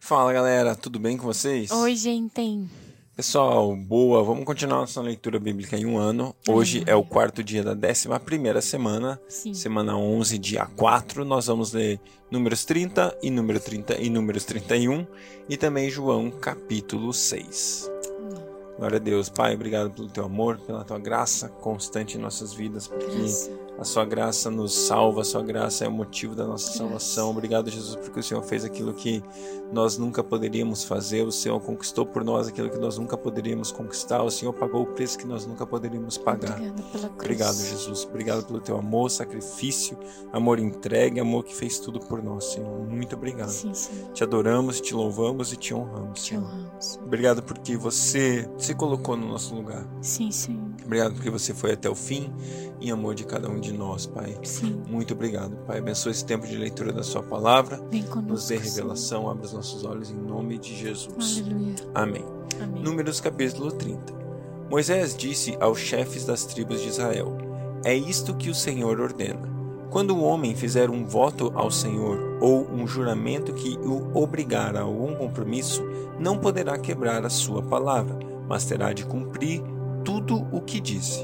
Fala galera, tudo bem com vocês? Oi, gente. Pessoal, boa, vamos continuar nossa leitura bíblica em um ano. Hoje é o quarto dia da 11ª semana, Sim. semana 11, dia 4. Nós vamos ler Números 30 e Números 31 e também João capítulo 6. Glória a Deus, Pai, obrigado pelo teu amor, pela tua graça constante em nossas vidas, porque a sua graça nos salva, a sua graça é o motivo da nossa salvação. Obrigado, Jesus, porque o Senhor fez aquilo que nós nunca poderíamos fazer, o Senhor conquistou por nós aquilo que nós nunca poderíamos conquistar, o Senhor pagou o preço que nós nunca poderíamos pagar. Obrigado, Jesus, obrigado pelo teu amor, sacrifício, amor entregue, amor que fez tudo por nós, Senhor. Muito obrigado. Sim, Senhor. Te adoramos, te louvamos e te honramos, Senhor. Obrigado porque você se colocou no nosso lugar. Sim, Senhor. Obrigado porque você foi até o fim em amor de cada um de nós, Pai. Sim. Muito obrigado, Pai. Abençoe esse tempo de leitura da sua palavra. Vem conosco, nos dê revelação, abre os nossos olhos em nome de Jesus. Aleluia. Amém. Amém. Números capítulo 30. Moisés disse aos chefes das tribos de Israel: É isto que o Senhor ordena. Quando o homem fizer um voto ao Senhor ou um juramento que o obrigar a algum compromisso, não poderá quebrar a sua palavra, mas terá de cumprir tudo o que disse.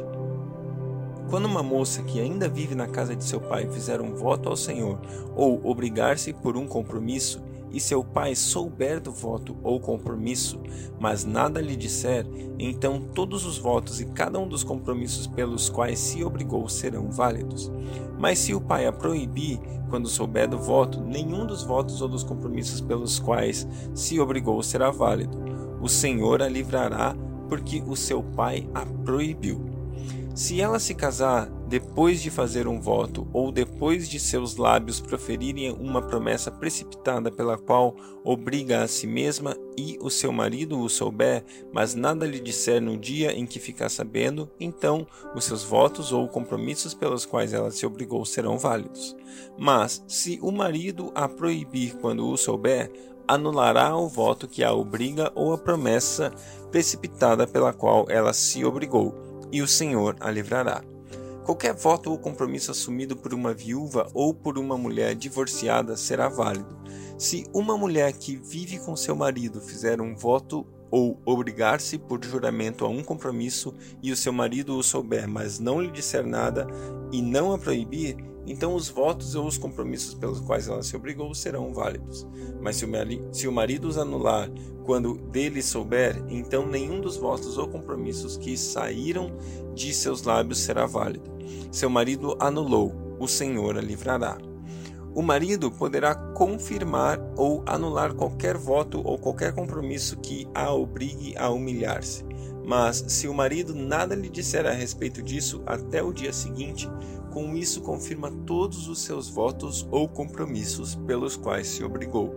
Quando uma moça que ainda vive na casa de seu pai fizer um voto ao Senhor ou obrigar-se por um compromisso, e seu pai souber do voto ou compromisso, mas nada lhe disser, então todos os votos e cada um dos compromissos pelos quais se obrigou serão válidos. Mas se o pai a proibir, quando souber do voto, nenhum dos votos ou dos compromissos pelos quais se obrigou será válido. O Senhor a livrará, porque o seu pai a proibiu. Se ela se casar depois de fazer um voto ou depois de seus lábios proferirem uma promessa precipitada pela qual obriga a si mesma e o seu marido o souber, mas nada lhe disser no dia em que ficar sabendo, então os seus votos ou compromissos pelos quais ela se obrigou serão válidos. Mas se o marido a proibir quando o souber, anulará o voto que a obriga ou a promessa precipitada pela qual ela se obrigou, e o Senhor a livrará. Qualquer voto ou compromisso assumido por uma viúva ou por uma mulher divorciada será válido. Se uma mulher que vive com seu marido fizer um voto ou obrigar-se por juramento a um compromisso e o seu marido o souber, mas não lhe disser nada e não a proibir, então os votos ou os compromissos pelos quais ela se obrigou serão válidos. Mas se o marido os anular quando dele souber, então nenhum dos votos ou compromissos que saíram de seus lábios será válido. Seu marido anulou, o Senhor a livrará. O marido poderá confirmar ou anular qualquer voto ou qualquer compromisso que a obrigue a humilhar-se. Mas se o marido nada lhe disser a respeito disso até o dia seguinte, com isso confirma todos os seus votos ou compromissos pelos quais se obrigou.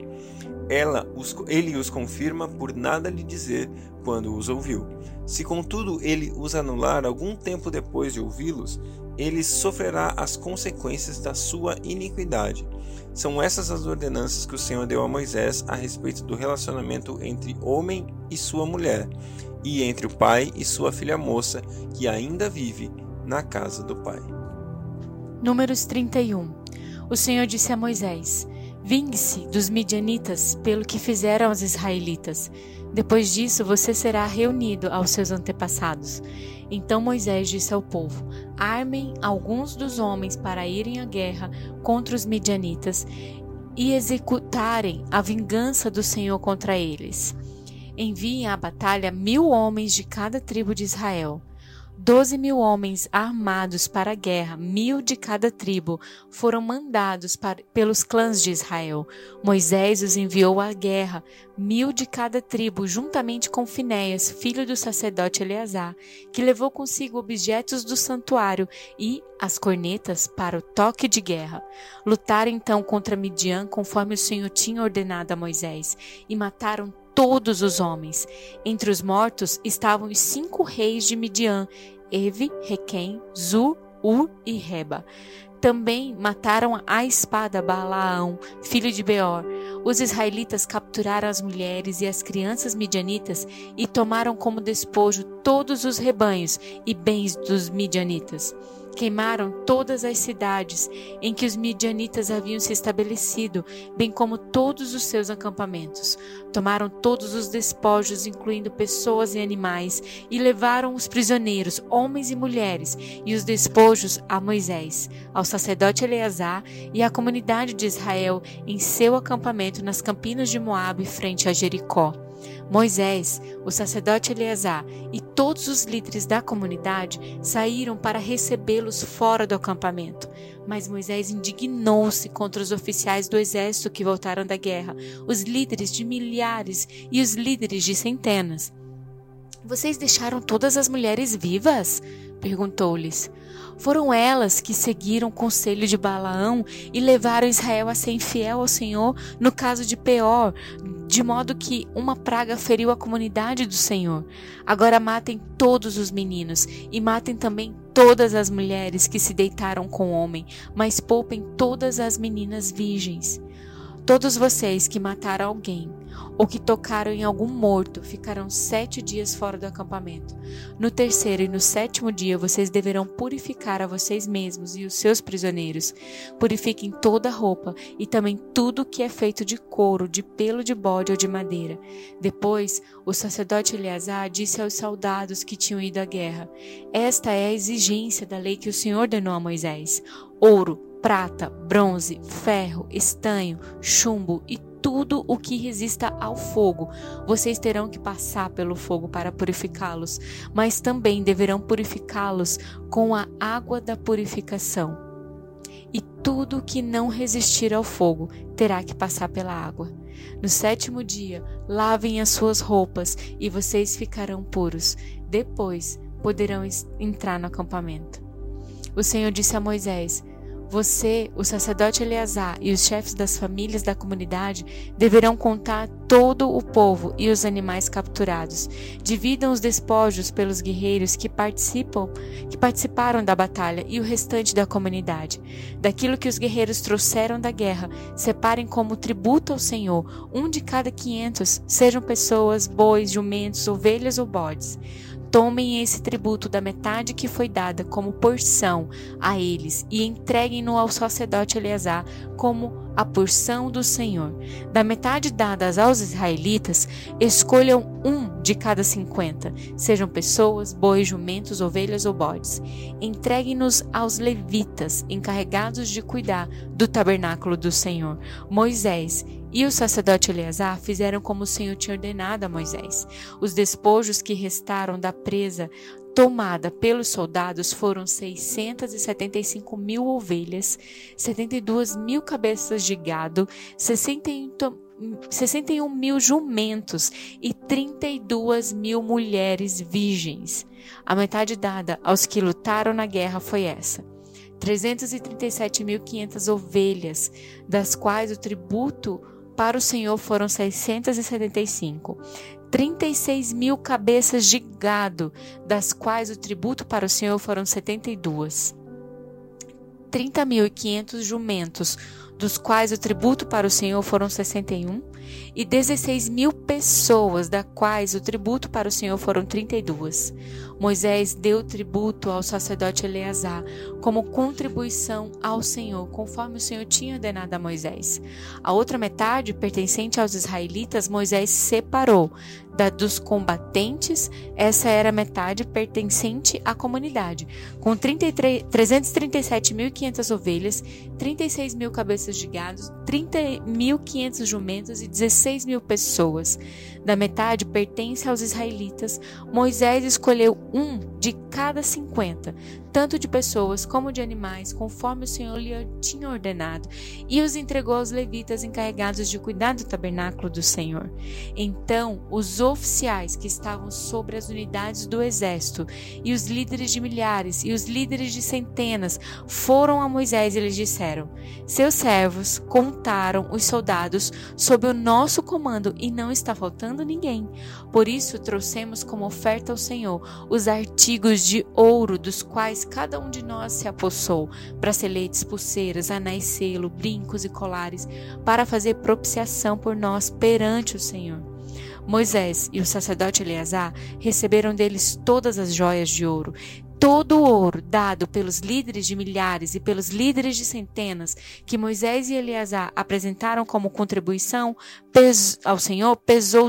Ele os confirma por nada lhe dizer quando os ouviu. Se contudo ele os anular algum tempo depois de ouvi-los, ele sofrerá as consequências da sua iniquidade. São essas as ordenanças que o Senhor deu a Moisés a respeito do relacionamento entre homem e sua mulher, e entre o pai e sua filha moça, que ainda vive na casa do pai. Números 31. O Senhor disse a Moisés: Vingue-se dos midianitas pelo que fizeram aos israelitas. Depois disso você será reunido aos seus antepassados. Então Moisés disse ao povo: Armem alguns dos homens para irem à guerra contra os midianitas e executarem a vingança do Senhor contra eles. Enviem à batalha 1.000 homens de cada tribo de Israel. 12.000 homens armados para a guerra, 1.000 de cada tribo, foram mandados pelos clãs de Israel. Moisés os enviou à guerra, 1.000 de cada tribo, juntamente com Finéias, filho do sacerdote Eleazar, que levou consigo objetos do santuário e as cornetas para o toque de guerra. Lutaram então contra Midian, conforme o Senhor tinha ordenado a Moisés, e mataram todos os homens. Entre os mortos estavam os 5 reis de Midian, Evi, Requem, Zur, Ur e Reba. Também mataram à espada Balaão, filho de Beor. Os israelitas capturaram as mulheres e as crianças midianitas e tomaram como despojo todos os rebanhos e bens dos midianitas. Queimaram todas as cidades em que os midianitas haviam se estabelecido, bem como todos os seus acampamentos. Tomaram todos os despojos, incluindo pessoas e animais, e levaram os prisioneiros, homens e mulheres, e os despojos a Moisés, ao sacerdote Eleazar e à comunidade de Israel em seu acampamento nas campinas de Moabe, frente a Jericó. Moisés, o sacerdote Eleazar e todos os líderes da comunidade saíram para recebê-los fora do acampamento. Mas Moisés indignou-se contra os oficiais do exército que voltaram da guerra, os líderes de milhares e os líderes de centenas. "Vocês deixaram todas as mulheres vivas?" perguntou-lhes. Foram elas que seguiram o conselho de Balaão e levaram Israel a ser infiel ao Senhor no caso de Peor, de modo que uma praga feriu a comunidade do Senhor. Agora matem todos os meninos e matem também todas as mulheres que se deitaram com o homem, mas poupem todas as meninas virgens. Todos vocês que mataram alguém ou que tocaram em algum morto ficarão 7 dias fora do acampamento. No terceiro e no 7º dia vocês deverão purificar a vocês mesmos e os seus prisioneiros. Purifiquem toda a roupa e também tudo que é feito de couro, de pelo de bode ou de madeira. Depois, o sacerdote Eleazar disse aos soldados que tinham ido à guerra: "Esta é a exigência da lei que o Senhor ordenou a Moisés: ouro, prata, bronze, ferro, estanho, chumbo e tudo o que resista ao fogo. Vocês terão que passar pelo fogo para purificá-los, mas também deverão purificá-los com a água da purificação. E tudo que não resistir ao fogo terá que passar pela água. No 7º dia, lavem as suas roupas e vocês ficarão puros. Depois poderão entrar no acampamento." O Senhor disse a Moisés: "Você, o sacerdote Eleazar e os chefes das famílias da comunidade deverão contar todo o povo e os animais capturados. Dividam os despojos pelos guerreiros que participaram da batalha e o restante da comunidade. Daquilo que os guerreiros trouxeram da guerra, separem como tributo ao Senhor, um de cada 500, sejam pessoas, bois, jumentos, ovelhas ou bodes. Tomem esse tributo da metade que foi dada como porção a eles e entreguem-no ao sacerdote Eleazar como a porção do Senhor. Da metade dada aos israelitas, escolham um de cada 50, sejam pessoas, bois, jumentos, ovelhas ou bodes. Entreguem-nos aos levitas, encarregados de cuidar do tabernáculo do Senhor." Moisés e o sacerdote Eleazar fizeram como o Senhor tinha ordenado a Moisés. Os despojos que restaram da presa tomada pelos soldados foram 675.000 ovelhas, 72.000 cabeças de gado, 61.000 jumentos e 32.000 mulheres virgens. A metade dada aos que lutaram na guerra foi essa: 337.500 ovelhas, das quais o tributo para o Senhor foram 675. 36.000 cabeças de gado, das quais o tributo para o Senhor foram 72. 30.500 jumentos, dos quais o tributo para o Senhor foram 61. E 16.000 pessoas, das quais o tributo para o Senhor foram 32. Moisés deu tributo ao sacerdote Eleazar como contribuição ao Senhor, conforme o Senhor tinha ordenado a Moisés. A outra metade, pertencente aos israelitas, Moisés separou dos combatentes. Essa era a metade pertencente à comunidade, com 337.500 ovelhas, 36.000 cabeças de gado, 30.500 jumentos e 16.000 pessoas. Da metade pertence aos israelitas. Moisés escolheu um de cada 50, tanto de pessoas como de animais, conforme o Senhor lhe tinha ordenado, e os entregou aos levitas encarregados de cuidar do tabernáculo do Senhor. Então os oficiais que estavam sobre as unidades do exército, e os líderes de milhares e os líderes de centenas foram a Moisés e lhes disseram: "Seus servos contaram os soldados sob o nosso comando e não está faltando ninguém. Por isso trouxemos como oferta ao Senhor os artigos de ouro dos quais cada um de nós se apossou, braceletes, pulseiras, anéis, selo, brincos e colares, para fazer propiciação por nós perante o Senhor." Moisés e o sacerdote Eleazar receberam deles todas as joias de ouro, todo o ouro dado pelos líderes de milhares e pelos líderes de centenas que Moisés e Eleazar apresentaram como contribuição ao Senhor pesou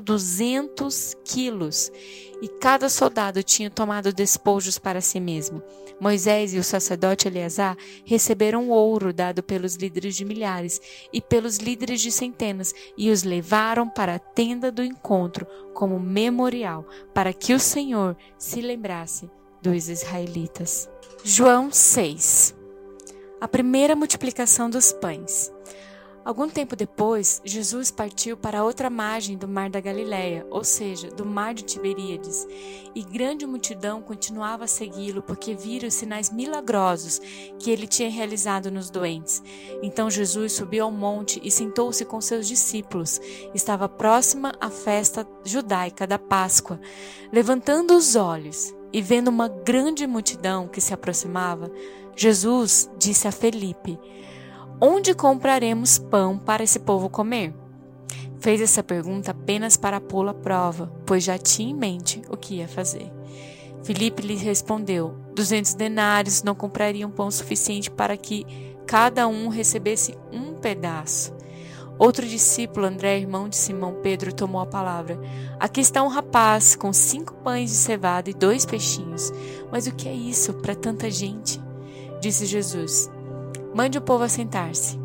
200 quilos. E cada soldado tinha tomado despojos para si mesmo. Moisés e o sacerdote Eleazar receberam o ouro dado pelos líderes de milhares e pelos líderes de centenas e os levaram para a tenda do encontro como memorial, para que o Senhor se lembrasse dos israelitas. João 6. A primeira multiplicação dos pães. Algum tempo depois, Jesus partiu para outra margem do mar da Galileia, ou seja, do mar de Tiberíades, e grande multidão continuava a segui-lo porque viram os sinais milagrosos que ele tinha realizado nos doentes. Então Jesus subiu ao monte e sentou-se com seus discípulos. Estava próxima a festa judaica da Páscoa. Levantando os olhos e vendo uma grande multidão que se aproximava, Jesus disse a Felipe: "Onde compraremos pão para esse povo comer?" Fez essa pergunta apenas para pô-lo à prova, pois já tinha em mente o que ia fazer. Filipe lhe respondeu: 200 denários não comprariam pão suficiente para que cada um recebesse um pedaço. Outro discípulo, André, irmão de Simão Pedro, tomou a palavra: "Aqui está um rapaz com 5 pães de cevada e 2 peixinhos. Mas o que é isso para tanta gente?" Disse Jesus: "Mande o povo assentar-se."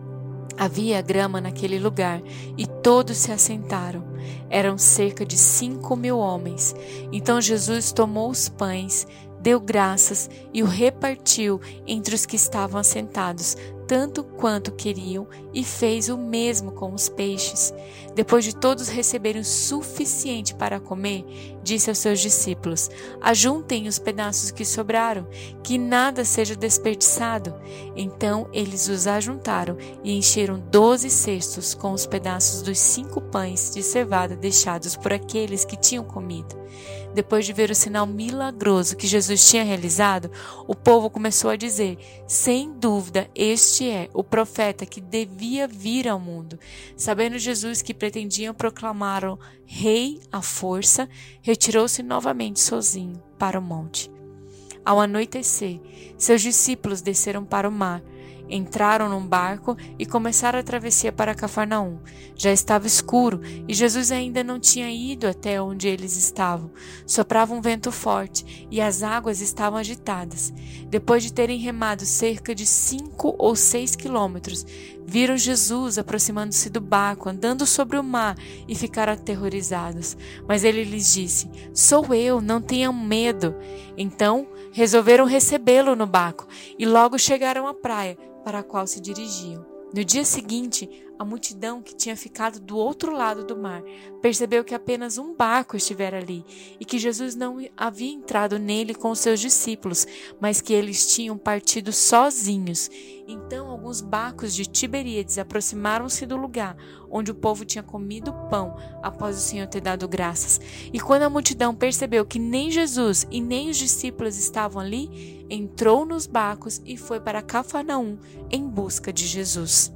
Havia grama naquele lugar e todos se assentaram. Eram cerca de 5.000 homens. Então Jesus tomou os pães, deu graças e o repartiu entre os que estavam assentados, tanto quanto queriam, e fez o mesmo com os peixes. Depois de todos receberem o suficiente para comer, disse aos seus discípulos: "Ajuntem os pedaços que sobraram, que nada seja desperdiçado." Então eles os ajuntaram e encheram 12 cestos com os pedaços dos 5 pães de cevada deixados por aqueles que tinham comido. Depois de ver o sinal milagroso que Jesus tinha realizado, o povo começou a dizer: "Sem dúvida, este é o profeta que devia vir ao mundo." Sabendo Jesus que pretendiam proclamá-lo rei à força, retirou-se novamente sozinho para o monte. Ao anoitecer, seus discípulos desceram para o mar. Entraram num barco e começaram a travessia para Cafarnaum. Já estava escuro e Jesus ainda não tinha ido até onde eles estavam. Soprava um vento forte e as águas estavam agitadas. Depois de terem remado cerca de 5 ou 6 quilômetros, viram Jesus aproximando-se do barco, andando sobre o mar, e ficaram aterrorizados. Mas ele lhes disse: "Sou eu, não tenham medo." Então resolveram recebê-lo no barco e logo chegaram à praia para a qual se dirigiam. No dia seguinte, a multidão que tinha ficado do outro lado do mar percebeu que apenas um barco estivera ali e que Jesus não havia entrado nele com os seus discípulos, mas que eles tinham partido sozinhos. Então alguns barcos de Tiberíades aproximaram-se do lugar onde o povo tinha comido pão após o Senhor ter dado graças. E quando a multidão percebeu que nem Jesus e nem os discípulos estavam ali, entrou nos barcos e foi para Cafarnaum em busca de Jesus.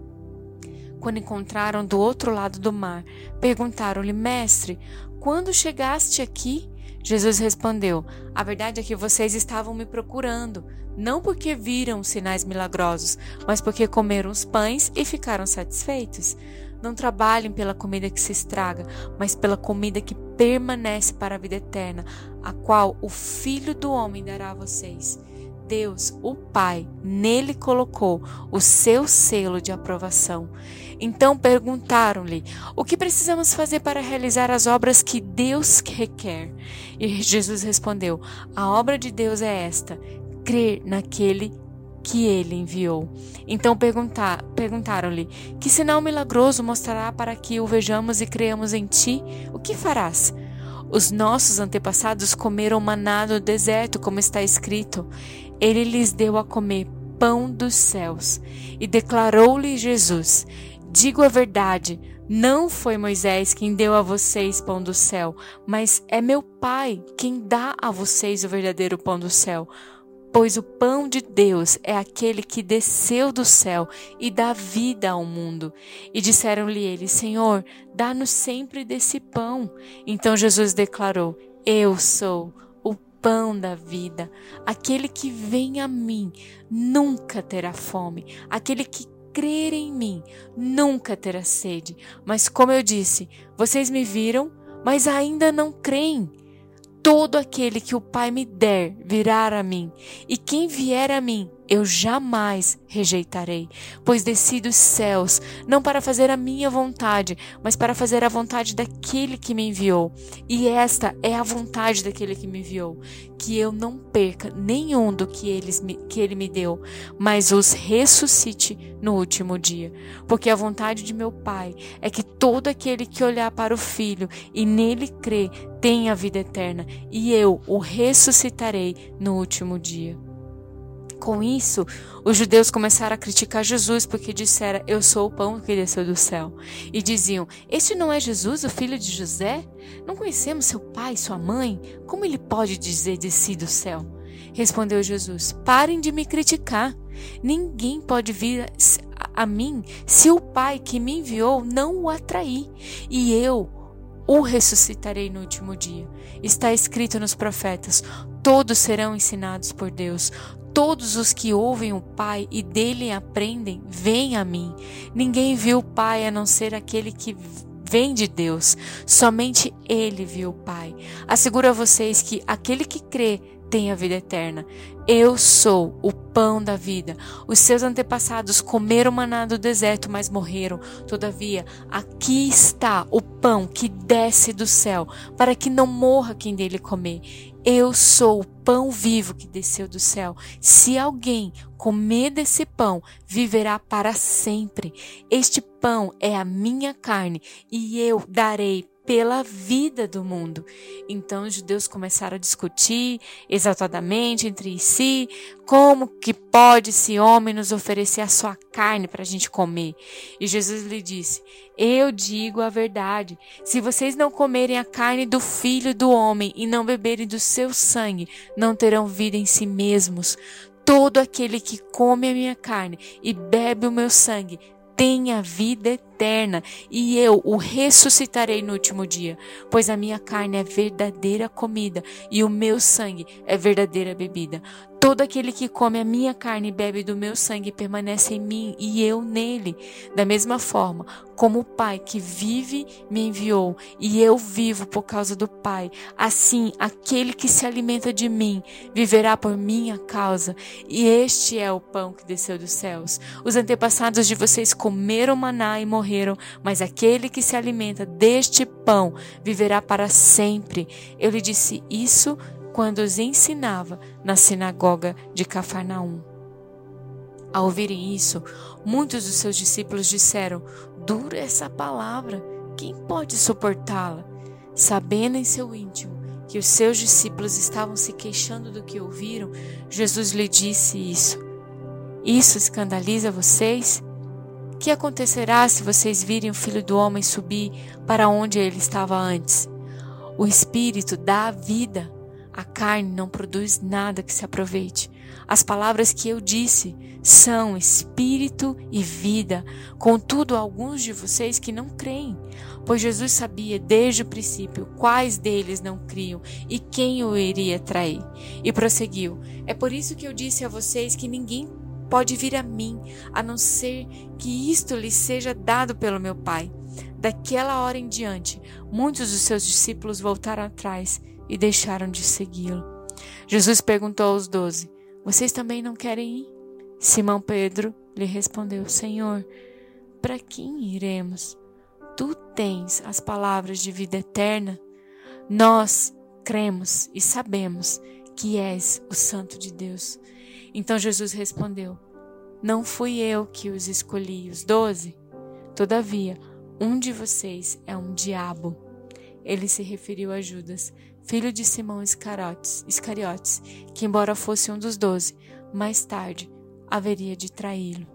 Quando encontraram do outro lado do mar, perguntaram-lhe: "Mestre, quando chegaste aqui?" Jesus respondeu: "A verdade é que vocês estavam me procurando, não porque viram sinais milagrosos, mas porque comeram os pães e ficaram satisfeitos. Não trabalhem pela comida que se estraga, mas pela comida que permanece para a vida eterna, a qual o Filho do Homem dará a vocês." Deus, o Pai, nele colocou o seu selo de aprovação. Então perguntaram-lhe: "O que precisamos fazer para realizar as obras que Deus requer?" E Jesus respondeu: "A obra de Deus é esta: crer naquele que ele enviou." Então perguntaram-lhe: "Que sinal milagroso mostrará para que o vejamos e creamos em ti? O que farás?" "Os nossos antepassados comeram maná no deserto, como está escrito: Ele lhes deu a comer pão dos céus." E declarou-lhe Jesus: "Digo a verdade, não foi Moisés quem deu a vocês pão do céu, mas é meu Pai quem dá a vocês o verdadeiro pão do céu. Pois o pão de Deus é aquele que desceu do céu e dá vida ao mundo." E disseram-lhe eles: "Senhor, dá-nos sempre desse pão." Então Jesus declarou: "Eu sou o pão da vida. Aquele que vem a mim nunca terá fome. Aquele que crer em mim nunca terá sede. Mas como eu disse, vocês me viram, mas ainda não creem. Todo aquele que o Pai me der virá a mim, e quem vier a mim, eu jamais rejeitarei, pois desci dos céus, não para fazer a minha vontade, mas para fazer a vontade daquele que me enviou. E esta é a vontade daquele que me enviou, que eu não perca nenhum do que ele me deu, mas os ressuscite no último dia. Porque a vontade de meu Pai é que todo aquele que olhar para o Filho e nele crer tenha a vida eterna, e eu o ressuscitarei no último dia. Com isso, os judeus começaram a criticar Jesus porque disseram: eu sou o pão que desceu do céu. E diziam: este não é Jesus, o filho de José? Não conhecemos seu pai e sua mãe? Como ele pode dizer desci do céu? Respondeu Jesus: parem de me criticar. Ninguém pode vir a mim se o Pai que me enviou não o atrair. E eu o ressuscitarei no último dia. Está escrito nos profetas: todos serão ensinados por Deus. Todos os que ouvem o Pai e dele aprendem, vêm a mim. Ninguém viu o Pai a não ser aquele que vem de Deus. Somente ele viu o Pai. Asseguro a vocês que aquele que crê tem a vida eterna. Eu sou o pão da vida. Os seus antepassados comeram maná do deserto, mas morreram. Todavia, aqui está o pão que desce do céu, para que não morra quem dele comer. Eu sou o pão vivo que desceu do céu. Se alguém comer desse pão, viverá para sempre. Este pão é a minha carne, e eu darei pela vida do mundo. Então os judeus começaram a discutir exaltadamente entre si: como que pode esse homem nos oferecer a sua carne para a gente comer? E Jesus lhe disse: eu digo a verdade, se vocês não comerem a carne do Filho do Homem e não beberem do seu sangue, não terão vida em si mesmos. Todo aquele que come a minha carne e bebe o meu sangue tem a vida eterna, e eu o ressuscitarei no último dia, pois a minha carne é verdadeira comida e o meu sangue é verdadeira bebida. Todo aquele que come a minha carne e bebe do meu sangue permanece em mim e eu nele. Da mesma forma, como o Pai que vive me enviou e eu vivo por causa do Pai, assim aquele que se alimenta de mim viverá por minha causa. E este é o pão que desceu dos céus. Os antepassados de vocês comeram maná e morreram, mas aquele que se alimenta deste pão viverá para sempre. Eu lhe disse isso quando os ensinava na sinagoga de Cafarnaum. Ao ouvirem isso, muitos dos seus discípulos disseram: dura essa palavra, quem pode suportá-la? Sabendo em seu íntimo que os seus discípulos estavam se queixando do que ouviram, Jesus lhe disse isso: isso escandaliza vocês? Que acontecerá se vocês virem o Filho do Homem subir para onde ele estava antes? O Espírito dá a vida. A carne não produz nada que se aproveite. As palavras que eu disse são espírito e vida. Contudo, alguns de vocês que não creem, pois Jesus sabia desde o princípio quais deles não criam e quem o iria trair. E prosseguiu: é por isso que eu disse a vocês que ninguém pode vir a mim, a não ser que isto lhe seja dado pelo meu Pai. Daquela hora em diante, muitos dos seus discípulos voltaram atrás e deixaram de segui-lo. Jesus perguntou aos 12: vocês também não querem ir? Simão Pedro lhe respondeu: Senhor, para quem iremos? Tu tens as palavras de vida eterna. Nós cremos e sabemos que és o Santo de Deus. Então Jesus respondeu: não fui eu que os escolhi, os 12? Todavia, um de vocês é um diabo. Ele se referiu a Judas, filho de Simão Iscariotes, que embora fosse um dos 12, mais tarde haveria de traí-lo.